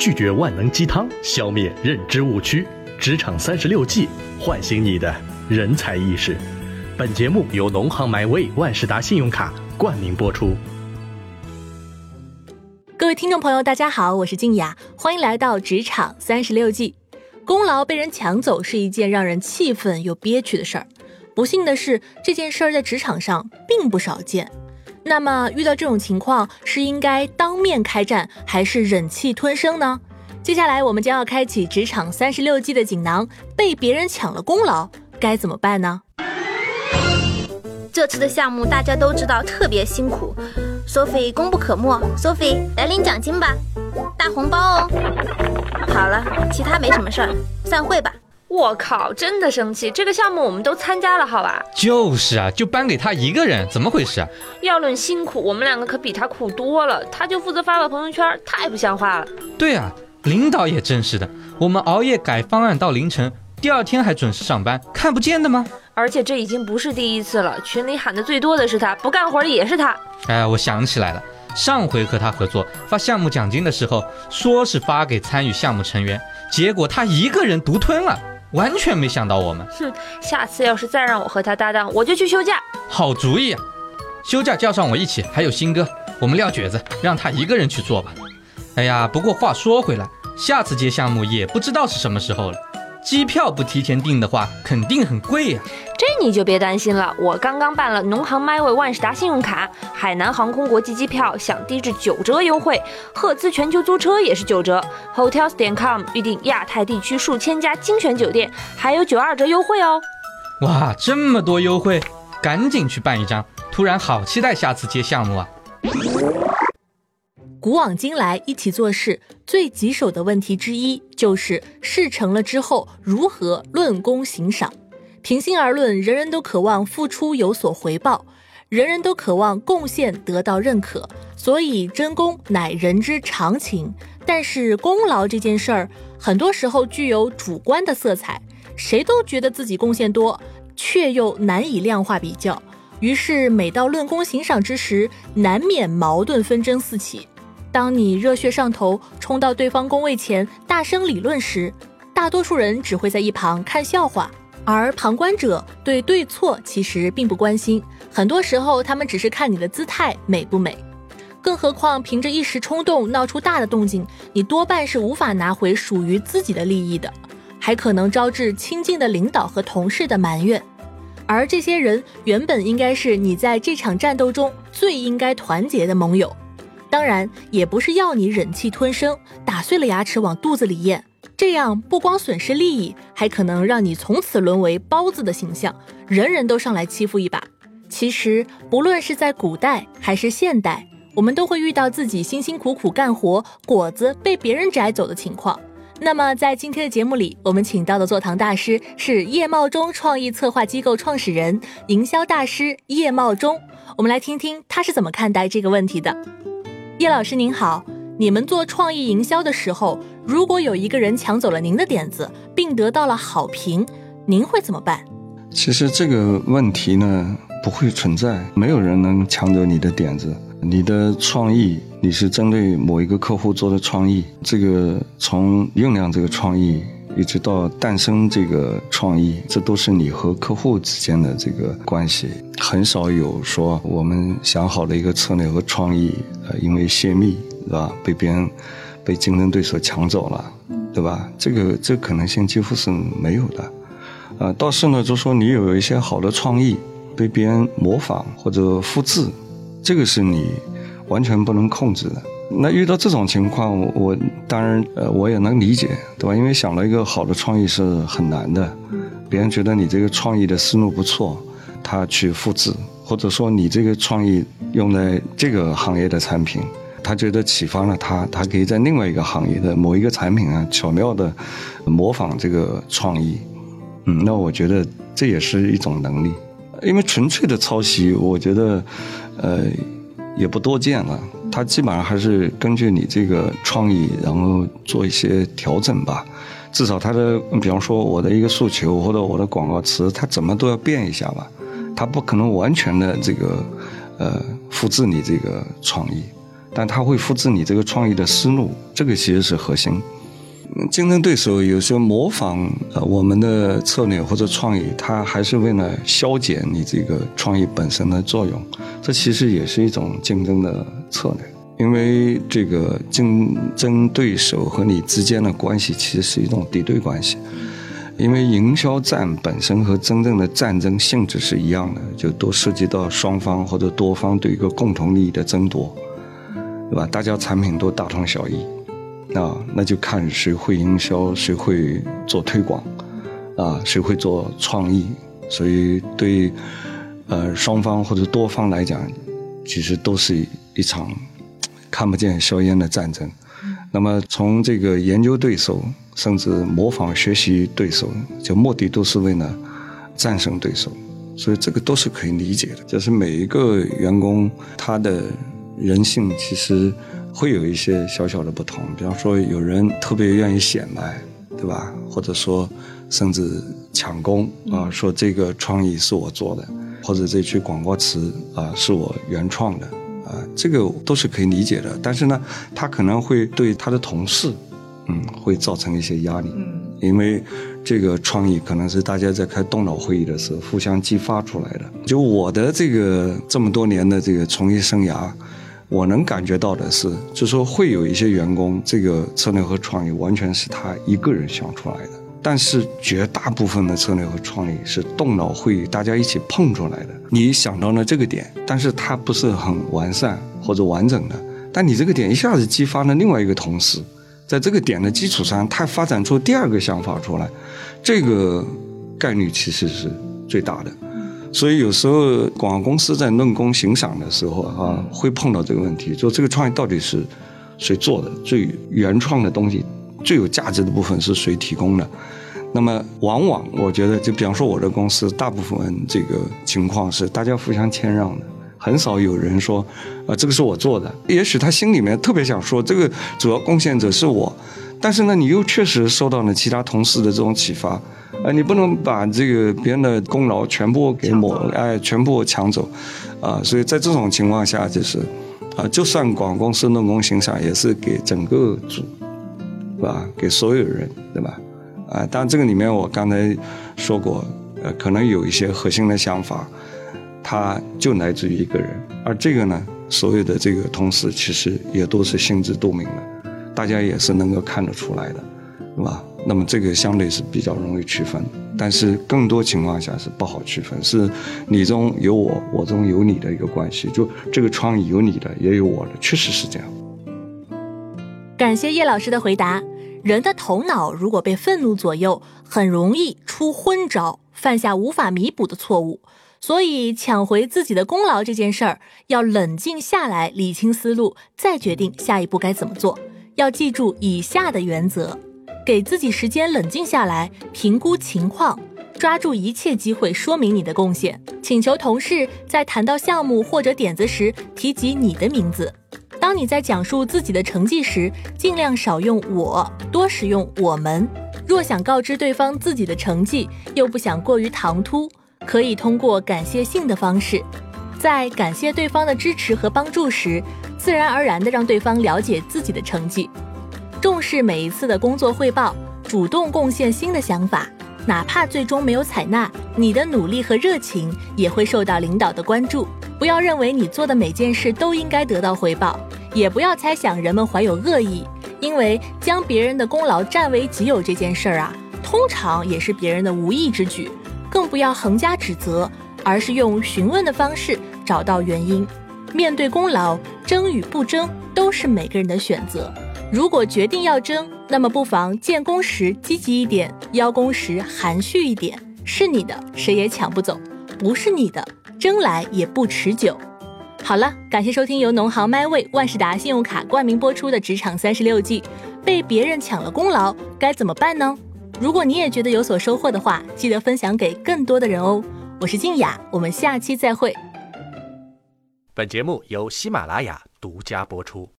拒绝万能鸡汤，消灭认知误区，职场36计，唤醒你的人才意识。本节目由农行MyWay 万事达信用卡冠名播出。 各位听众朋友大家好，我是静雅，欢迎来到职场36计。功劳被人抢走是一件让人气愤又憋屈的事儿，不幸的是这件事儿在职场上并不少见。那么遇到这种情况，是应该当面开战还是忍气吞声呢？接下来我们将要开启职场36计的锦囊，被别人抢了功劳该怎么办呢？ 这次的项目大家都知道特别辛苦，Sophie 功不可没， Sophie 来领奖金吧，大红包哦。好了，其他没什么事儿，散会吧。 我靠，真的生气！这个项目我们都参加了，好吧？ 就是啊，就颁给他一个人，怎么回事啊？ 要论辛苦，我们两个可比他苦多了，他就负责发个朋友圈，太不像话了。 对啊，领导也真是的，我们熬夜改方案到凌晨，第二天还准时上班，看不见的吗？ 而且这已经不是第一次了，群里喊的最多的是他，不干活的也是他。 哎，我想起来了，上回和他合作发项目奖金的时候，说是发给参与项目成员，结果他一个人独吞了，完全没想到我们。 下次要是再让我和他搭档，我就去休假。 好主意啊，休假叫上我一起，还有新哥，我们撂蹶子，让他一个人去做吧。哎呀，不过话说回来，下次接项目也不知道是什么时候了，机票不提前订的话肯定很贵啊。 这你就别担心了，我刚刚办了农行 MyWay 万事达信用卡，海南航空国际机票享低至9折优惠，赫兹全球租车也是9折， Hotels.com 预订亚太地区数千家精选酒店，还有92折优惠哦。 哇，这么多优惠，赶紧去办一张，突然好期待下次接项目啊。 古往今来，一起做事最棘手的问题之一就是事成了之后如何论功行赏。平心而论，人人都渴望付出有所回报，人人都渴望贡献得到认可，所以争功乃人之常情。但是功劳这件事儿，很多时候具有主观的色彩，谁都觉得自己贡献多，却又难以量化比较。于是每到论功行赏之时，难免矛盾纷争四起。当你热血上头，冲到对方工位前大声理论时，大多数人只会在一旁看笑话，而旁观者对对错其实并不关心，很多时候他们只是看你的姿态美不美。更何况凭着一时冲动闹出大的动静，你多半是无法拿回属于自己的利益的，还可能招致亲近的领导和同事的埋怨。而这些人原本应该是你在这场战斗中最应该团结的盟友，当然也不是要你忍气吞声，打碎了牙齿往肚子里咽，这样不光损失利益，还可能让你从此沦为包子的形象，人人都上来欺负一把。其实不论是在古代还是现代，我们都会遇到自己辛辛苦苦干活，果子被别人摘走的情况。那么在今天的节目里，我们请到的座堂大师是叶茂中创意策划机构创始人、营销大师叶茂中，我们来听听他是怎么看待这个问题的。叶老师您好，你们做创意营销的时候，如果有一个人抢走了您的点子，并得到了好评，您会怎么办？ 其实这个问题呢，不会存在，没有人能抢走你的点子。你的创意，你是针对某一个客户做的创意，这个从酝酿这个创意一直到诞生这个创意，这都是你和客户之间的这个关系。很少有说我们想好的一个策略和创意，因为泄密，对吧？被竞争对手抢走了，对吧？这可能性几乎是没有的。倒是呢，就说你有一些好的创意被别人模仿或者复制，这个是你完全不能控制的。那遇到这种情况，我当然我也能理解，对吧？因为想了一个好的创意是很难的，别人觉得你这个创意的思路不错，他去复制，或者说你这个创意用在这个行业的产品，他觉得启发了他可以在另外一个行业的某一个产品啊，巧妙的模仿这个创意。那我觉得这也是一种能力。因为纯粹的抄袭，我觉得也不多见了，它基本上还是根据你这个创意，然后做一些调整吧。至少它的，比方说我的一个诉求或者我的广告词，它怎么都要变一下吧，它不可能完全的这个复制你这个创意。 但它会复制你这个创意的思路，这个其实是核心。竞争对手有时候模仿我们的策略或者创意，它还是为了消减你这个创意本身的作用，这其实也是一种竞争的策略。因为这个竞争对手和你之间的关系其实是一种敌对关系，因为营销战本身和真正的战争性质是一样的，就都涉及到双方或者多方对一个共同利益的争夺，对吧？大家产品都大同小异，那就看谁会营销，谁会做推广，谁会做创意。所以对双方或者多方来讲，其实都是一场看不见硝烟的战争。那么从这个研究对手，甚至模仿学习对手，就目的都是为了战胜对手，所以这个都是可以理解的。就是每一个员工他的人性其实会有一些小小的不同，比方说有人特别愿意显摆，对吧？或者说甚至抢功说这个创意是我做的，或者这句广告词是我原创的这个都是可以理解的。但是呢，他可能会对他的同事会造成一些压力，因为这个创意可能是大家在开动脑会议的时候互相激发出来的。就我的这么多年的这个从业生涯，我能感觉到的是，就是说会有一些员工，这个策略和创意完全是他一个人想出来的，但是绝大部分的策略和创意是动脑会议大家一起碰出来的。你想到了这个点，但是它不是很完善或者完整的，但你这个点一下子激发了另外一个同事，在这个点的基础上，他发展出第二个想法出来，这个概率其实是最大的。所以有时候广告公司在论功行赏的时候会碰到这个问题，就这个创意到底是谁做的，最原创的东西，最有价值的部分是谁提供的。那么往往我觉得，就比方说我的公司，大部分这个情况是大家互相谦让的，很少有人说这个是我做的。也许他心里面特别想说这个主要贡献者是我，但是呢你又确实受到了其他同事的这种启发，你不能把这个别人的功劳全部给全部抢走所以在这种情况下，就是就算广告公司论功行赏，也是给整个组，对吧？给所有人，对吧？当然这个里面我刚才说过，可能有一些核心的想法，它就来自于一个人，而这个呢，所有的这个同事其实也都是心知肚明的，大家也是能够看得出来的，对吧？那么这个相对是比较容易区分，但是更多情况下是不好区分，是你中有我，我中有你的一个关系，就这个创意有你的也有我的，确实是这样。 感谢叶老师的回答。人的头脑如果被愤怒左右，很容易出昏招，犯下无法弥补的错误。所以抢回自己的功劳这件事儿，要冷静下来，理清思路，再决定下一步该怎么做。要记住以下的原则：给自己时间冷静下来，评估情况，抓住一切机会说明你的贡献，请求同事在谈到项目或者点子时提及你的名字。当你在讲述自己的成绩时，尽量少用我，多使用我们。若想告知对方自己的成绩，又不想过于唐突，可以通过感谢信的方式，在感谢对方的支持和帮助时，自然而然地让对方了解自己的成绩。重视每一次的工作汇报，主动贡献新的想法，哪怕最终没有采纳，你的努力和热情也会受到领导的关注。不要认为你做的每件事都应该得到回报，也不要猜想人们怀有恶意，因为将别人的功劳占为己有这件事儿通常也是别人的无意之举。更不要横加指责，而是用询问的方式找到原因。面对功劳，争与不争都是每个人的选择。如果决定要争，那么不妨建功时积极一点，邀功时含蓄一点。是你的，谁也抢不走；不是你的，争来也不持久。好了，感谢收听由农行 MyWay 万事达信用卡冠名播出的职场36计。被别人抢了功劳，该怎么办呢？如果你也觉得有所收获的话，记得分享给更多的人哦。我是静雅，我们下期再会。 本节目由喜马拉雅独家播出。